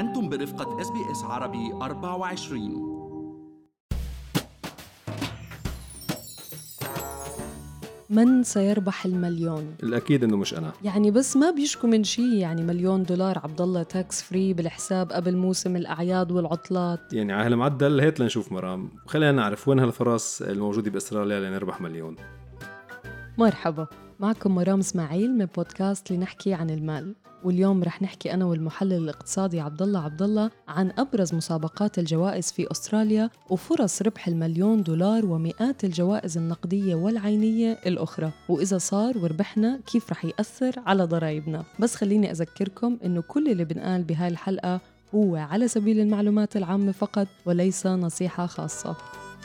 أنتم برفقة SBS عربي 24. من سيربح المليون؟ الأكيد إنه مش أنا. يعني بس ما بيشكو من شيء، يعني $1,000,000 عبدالله تاكس فري بالحساب قبل موسم الأعياد والعطلات. يعني على هالمعدل هيت لنشوف مرام، خلينا نعرف وين هالفرص الموجودة بأستراليا لنربح مليون. مرحبا، معكم مرام اسماعيل من بودكاست لنحكي عن المال. واليوم رح نحكي أنا والمحلل الاقتصادي عبدالله عن أبرز مسابقات الجوائز في أستراليا وفرص ربح $1,000,000 ومئات الجوائز النقدية والعينية الأخرى، وإذا صار وربحنا كيف رح يأثر على ضرائبنا. بس خليني أذكركم إنه كل اللي بنقال بهاي الحلقة هو على سبيل المعلومات العامة فقط وليس نصيحة خاصة.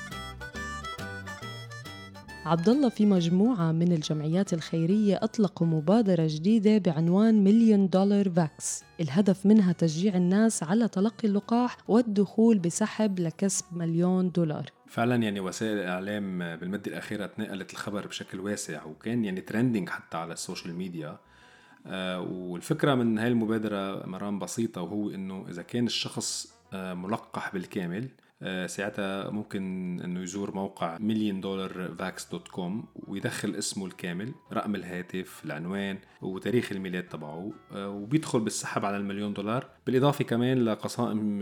عبدالله، في مجموعة من الجمعيات الخيرية أطلقوا مبادرة جديدة بعنوان $1,000,000 فاكس. الهدف منها تشجيع الناس على تلقي اللقاح والدخول بسحب لكسب $1,000,000. فعلا يعني وسائل الإعلام بالمدة الأخيرة تنقلت الخبر بشكل واسع، وكان يعني ترندينج حتى على السوشيال ميديا. والفكرة من هاي المبادرة مرام بسيطة، وهو إنه إذا كان الشخص ملقح بالكامل ساعتها ممكن انه يزور موقع $1,000,000vax.com ويدخل اسمه الكامل، رقم الهاتف، العنوان وتاريخ الميلاد تبعه، وبيدخل بالسحب على $1,000,000، بالإضافة كمان لقصائم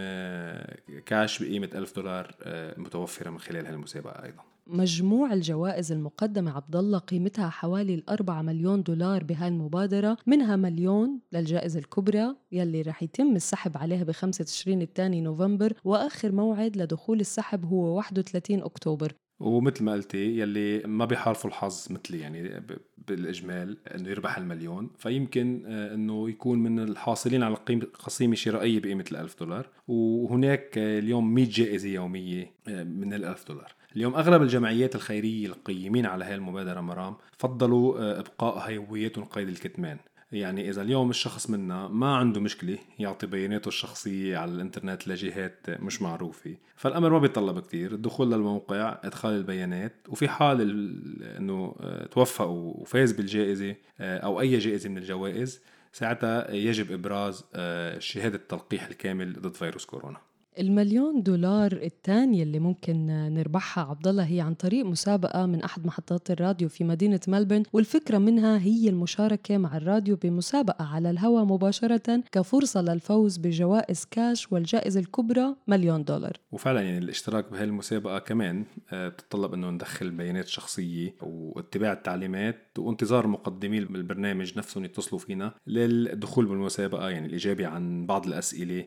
كاش بقيمة $1,000 متوفرة من خلال هالمسابقة. أيضا مجموع الجوائز المقدمة عبدالله قيمتها حوالي $4 مليون بهاي المبادرة، منها $1,000,000 للجائزة الكبرى يلي رح يتم السحب عليها ب5 تشرين الثاني نوفمبر، وآخر موعد لدخول السحب هو 31 أكتوبر. ومثل ما قلتي يلي ما بيحالفوا الحظ مثلي يعني بالإجمال أنه يربح $1,000,000، فيمكن أنه يكون من الحاصلين على قسيمة شرائية بقيمة $1,000. وهناك اليوم 100 جائزة يومية من $1,000. اليوم أغلب الجمعيات الخيرية القيمين على هاي المبادرة مرام فضلوا إبقاء هويتهم قيد الكتمان. يعني إذا اليوم الشخص منا ما عنده مشكلة يعطي بياناته الشخصية على الإنترنت لجهات مش معروفة، فالأمر ما بيطلب كتير، الدخول للموقع، إدخال البيانات، وفي حال إنه توفق وفاز بالجائزة أو أي جائزة من الجوائز ساعتها يجب إبراز شهادة التلقيح الكامل ضد فيروس كورونا. $1,000,000 الثانية اللي ممكن نربحها عبدالله هي عن طريق مسابقة من أحد محطات الراديو في مدينة ملبورن، والفكرة منها هي المشاركة مع الراديو بمسابقة على الهواء مباشرة كفرصة للفوز بجوائز كاش، والجائزة الكبرى $1,000,000. وفعلا يعني الاشتراك بهذه المسابقة كمان بتطلب أنه ندخل بيانات شخصية واتباع التعليمات وانتظار مقدمي البرنامج نفسهم يتصلوا فينا للدخول بالمسابقة، يعني الإجابة عن بعض الأسئلة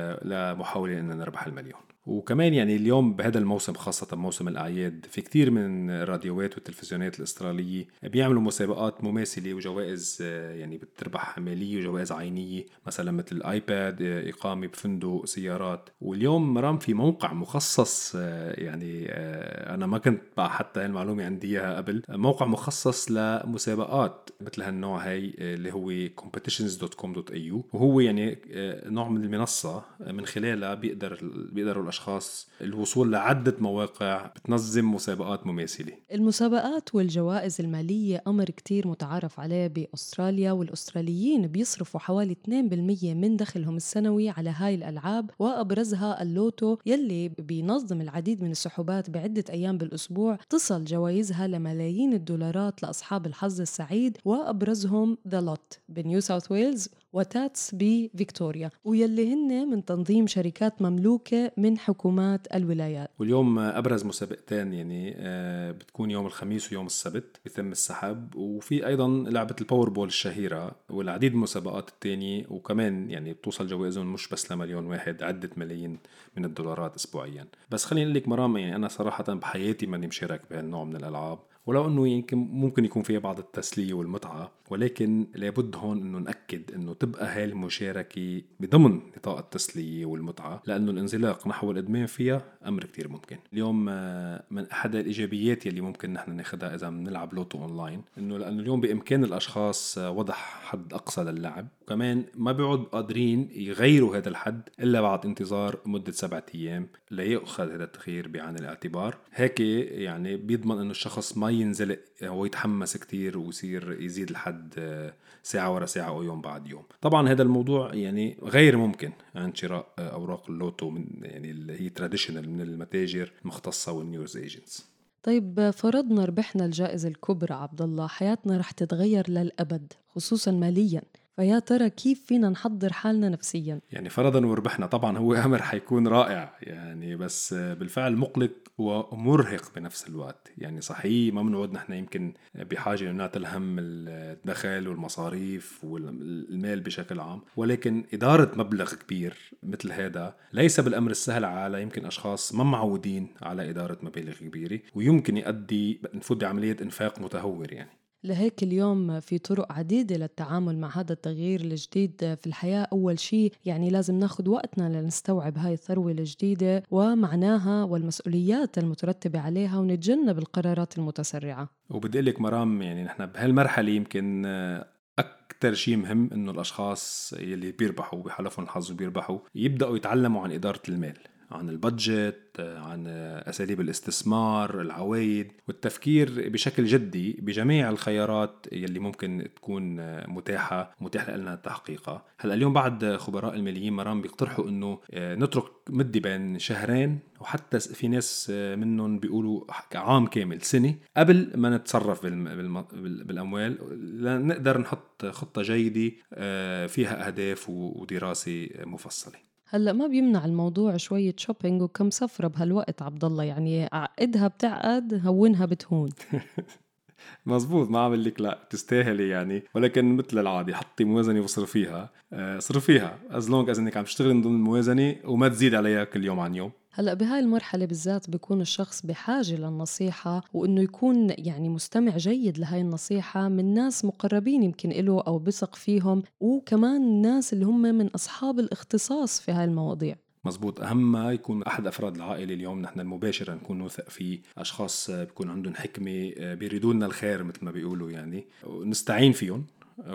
لمحاولة أن نربح $1,000,000. وكمان يعني اليوم بهذا الموسم خاصة موسم الأعياد في كتير من الراديوات والتلفزيونات الأسترالية بيعملوا مسابقات مماثلة وجوائز يعني بتربح مالية وجوائز عينية، مثلا مثل آيباد، إقامة بفندق، سيارات. واليوم مرام في موقع مخصص يعني أنا ما كنت بقى حتى هالمعلومة عندي إياها قبل، موقع مخصص لمسابقات مثل هالنوع هاي اللي هو competitions.com.au، وهو يعني نوع من المنصة من خلالها بيقدروا الأشخاص الوصول لعدة مواقع بتنظم مسابقات مماثلة. المسابقات والجوائز المالية أمر كتير متعارف عليه بأستراليا، والأستراليين بيصرفوا حوالي 2% من دخلهم السنوي على هاي الألعاب، وأبرزها اللوتو يلي بينظم العديد من السحوبات بعدة أيام بالأسبوع تصل جوائزها لملايين $. لأصحاب الحظ السعيد، وأبرزهم ذا لوت بنيو ساوث ويلز وتاتس بفيكتوريا، ويلي هن من تنظيم شركات مملوكة من حكومات الولايات. واليوم أبرز مسابقتين يعني بتكون يوم الخميس ويوم السبت بيتم السحب، وفي أيضا لعبة الباوربول الشهيرة والعديد من المسابقات التانية، وكمان يعني بتوصل جوائزهم مش بس ل1,000,000 عدة ملايين من $. أسبوعيا. بس خليني أقول لك مرام، يعني أنا صراحة بحياتي ماني مشارك بهالنوع من الألعاب، ولو أنه ممكن يكون فيها بعض التسلية والمتعة، ولكن لابد هون أنه نأكد أنه تبقى هاي المشاركة بضمن نطاق التسلية والمتعة، لأنه الانزلاق نحو الإدمان فيها أمر كتير ممكن. اليوم من أحد الإيجابيات يلي ممكن نحن ناخدها إذا بنلعب لوتو أونلاين، أنه لأنه اليوم بإمكان الأشخاص وضع حد أقصى للعب، وكمان ما بيعود قادرين يغيروا هذا الحد إلا بعد انتظار مدة 7 أيام ليأخذ هذا التغيير بعين الاعتبار. هيك يعني بيضمن أنه الشخص ما ينزلق ويتحمس كتير ويصير يزيد لحد ساعة ورا ساعة أو يوم بعد يوم. طبعا هذا الموضوع يعني غير ممكن عن شراء أوراق اللوتو من يعني اللي هي تراديشنال من المتاجر المختصة والنيوز ايجنتس. طيب فرضنا ربحنا الجائزة الكبرى عبد الله، حياتنا رح تتغير للأبد خصوصا ماليا، فيا ترى كيف فينا نحضر حالنا نفسيا؟ يعني فرضا وربحنا، طبعا هو أمر حيكون رائع يعني، بس بالفعل مقلق ومرهق بنفس الوقت. يعني صحيح ما بنعود نحن يمكن بحاجة لنعتل هم الدخل والمصاريف والمال بشكل عام، ولكن إدارة مبلغ كبير مثل هذا ليس بالأمر السهل على يمكن أشخاص ما معودين على إدارة مبالغ كبيرة، ويمكن يؤدي نفوت بعملية إنفاق متهور يعني. لهيك اليوم في طرق عديدة للتعامل مع هذا التغيير الجديد في الحياة. أول شيء يعني لازم ناخد وقتنا لنستوعب هاي الثروة الجديدة ومعناها والمسؤوليات المترتبة عليها، ونتجنب القرارات المتسرعة. وبدي لك مرام، يعني نحن بهالمرحلة يمكن أكتر شيء مهم إنه الأشخاص يلي بيربحوا بحلفهم الحظ وبيربحوا يبدأوا يتعلموا عن إدارة المال، عن البادجت، عن أساليب الاستثمار، العوائد، والتفكير بشكل جدي بجميع الخيارات يلي ممكن تكون متاح لنا تحقيقها. هلأ اليوم بعد خبراء الماليين مرام بيقترحوا إنه نترك مدة بين شهرين، وحتى في ناس منهم بيقولوا عام كامل، سنة، قبل ما نتصرف بالأموال، لنقدر نحط خطة جيدة فيها أهداف ودراسة مفصلة. هلأ ما بيمنع الموضوع شوية شوبينج وكم سفرة بهالوقت عبد الله، يعني عقدها بتعقد هونها بتهون. مزبوط، ما عمل لك لا تستاهلي يعني، ولكن مثل العادي حطي موازنة وصرفيها، صرفيها as long as انك عم تشتغلي من ضمن الموازنة وما تزيد عليها كل يوم عن يوم. هلأ بهاي المرحلة بالذات بيكون الشخص بحاجة للنصيحة، وإنه يكون يعني مستمع جيد لهاي النصيحة من ناس مقربين يمكن إله أو بثق فيهم، وكمان ناس اللي هم من أصحاب الاختصاص في هاي المواضيع. مزبوط، أهم ما يكون أحد أفراد العائلة اليوم نحن المباشرة نكون نوثق فيه، أشخاص بيكون عندهم حكمة، بيريدولنا الخير مثل ما بيقولوا يعني، ونستعين فيهم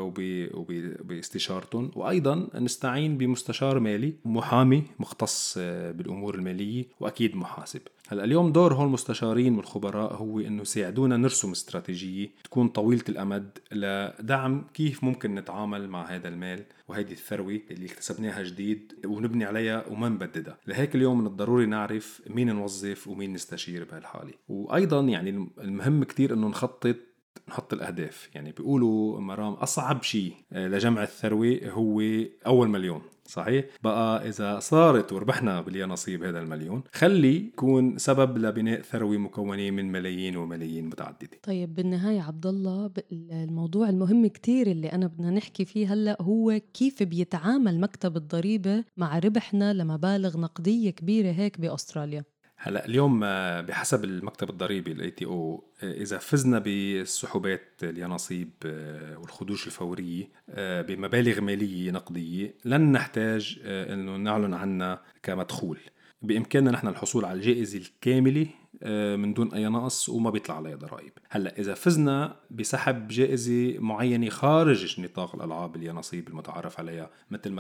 وباستشارتهم، وأيضا نستعين بمستشار مالي، محامي مختص بالأمور المالية، وأكيد محاسب. هلأ اليوم دور هول المستشارين والخبراء هو إنه يساعدونا نرسم استراتيجية تكون طويلة الأمد لدعم كيف ممكن نتعامل مع هذا المال وهذه الثروة اللي اكتسبناها جديد ونبني عليها وما نبددها. لهيك اليوم من الضروري نعرف مين نوظف ومين نستشير بهالحالة. وأيضا يعني المهم كتير إنه نحط الأهداف. يعني بيقولوا مرام أصعب شيء لجمع الثروة هو أول مليون، صحيح؟ بقى إذا صارت وربحنا باليا نصيب هذا المليون، خلي يكون سبب لبناء ثروة مكونة من ملايين وملايين متعددة. طيب بالنهاية عبد الله، الموضوع المهم كتير اللي أنا بدنا نحكي فيه هلأ هو كيف بيتعامل مكتب الضريبة مع ربحنا لمبالغ نقدية كبيرة هيك بأستراليا. هلا اليوم بحسب المكتب الضريبي ATO، إذا فزنا بالسحوبات اليانصيب والخدوش الفورية بمبالغ مالية نقدية، لن نحتاج إنه نعلن عنها كمدخول. بإمكاننا نحن الحصول على الجائزة الكاملة من دون أي نقص وما بيطلع عليها ضرائب. هلأ إذا فزنا بسحب جائزة معينة خارج نطاق الألعاب اليانصيب المتعارف عليها،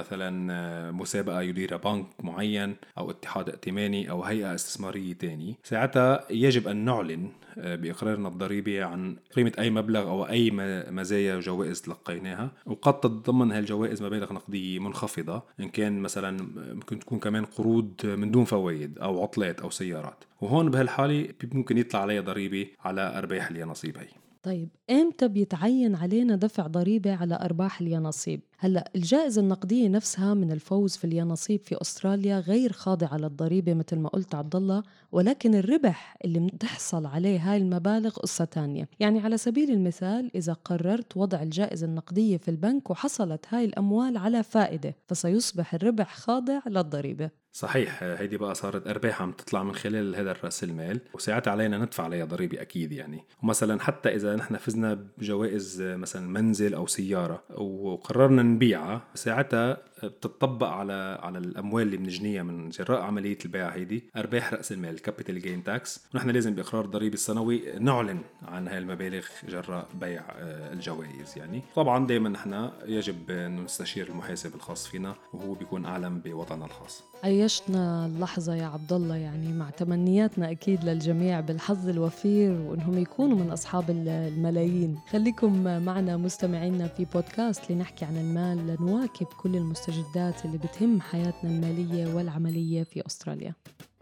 مثلا مسابقة يديرها بنك معين أو اتحاد ائتماني أو هيئة استثمارية تاني، ساعتها يجب أن نعلن بإقرارنا الضريبي عن قيمة أي مبلغ أو أي مزايا وجوائز تلقيناها، وقد تتضمن هالجوائز مبالغ نقدية منخفضة، إن كان مثلا ممكن تكون كمان قروض من دون فوائد أو عطلات أو سيارات، وهون بهالحالة ممكن يطلع عليها ضريبة على أرباح اليانصيب هي. طيب إمتى بيتعين علينا دفع ضريبة على أرباح اليانصيب؟ هلأ الجائزة النقدية نفسها من الفوز في اليانصيب في أستراليا غير خاضعة للضريبة مثل ما قلت عبد الله، ولكن الربح اللي بتحصل عليه هاي المبالغ قصة تانية. يعني على سبيل المثال إذا قررت وضع الجائزة النقدية في البنك وحصلت هاي الأموال على فائدة، فسيصبح الربح خاضع للضريبة. صحيح، هيدي بقى صارت أرباح عم تطلع من خلال هذا الرأس المال، وساعتها علينا ندفع عليها ضريبة أكيد يعني. ومثلا حتى إذا نحن فزنا بجوائز مثلا منزل أو سيارة وقررنا نبيعها، ساعتها بتطبق على الأموال اللي بنجنيها من جراء عملية البيع هيدي أرباح رأس المال capital gain tax. ونحن لازم بإقرار الضريبي السنوي نعلن عن هاي المبالغ جراء بيع الجوائز. يعني طبعا دايما نحن يجب أن نستشير المحاسب الخاص فينا وهو بيكون أعلم بوضعنا الخاص. عيشنا اللحظة يا عبد الله، يعني مع تمنياتنا أكيد للجميع بالحظ الوفير وإنهم يكونوا من أصحاب الملايين. خليكم معنا مستمعينا في بودكاست لنحكي عن المال، لنواكب كل المستجدات اللي بتهم حياتنا المالية والعملية في أستراليا.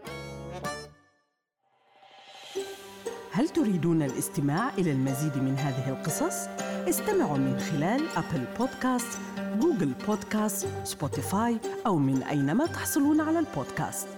هل تريدون الاستماع إلى المزيد من هذه القصص؟ استمعوا من خلال أبل بودكاست، جوجل بودكاست، سبوتيفاي أو من أينما تحصلون على البودكاست.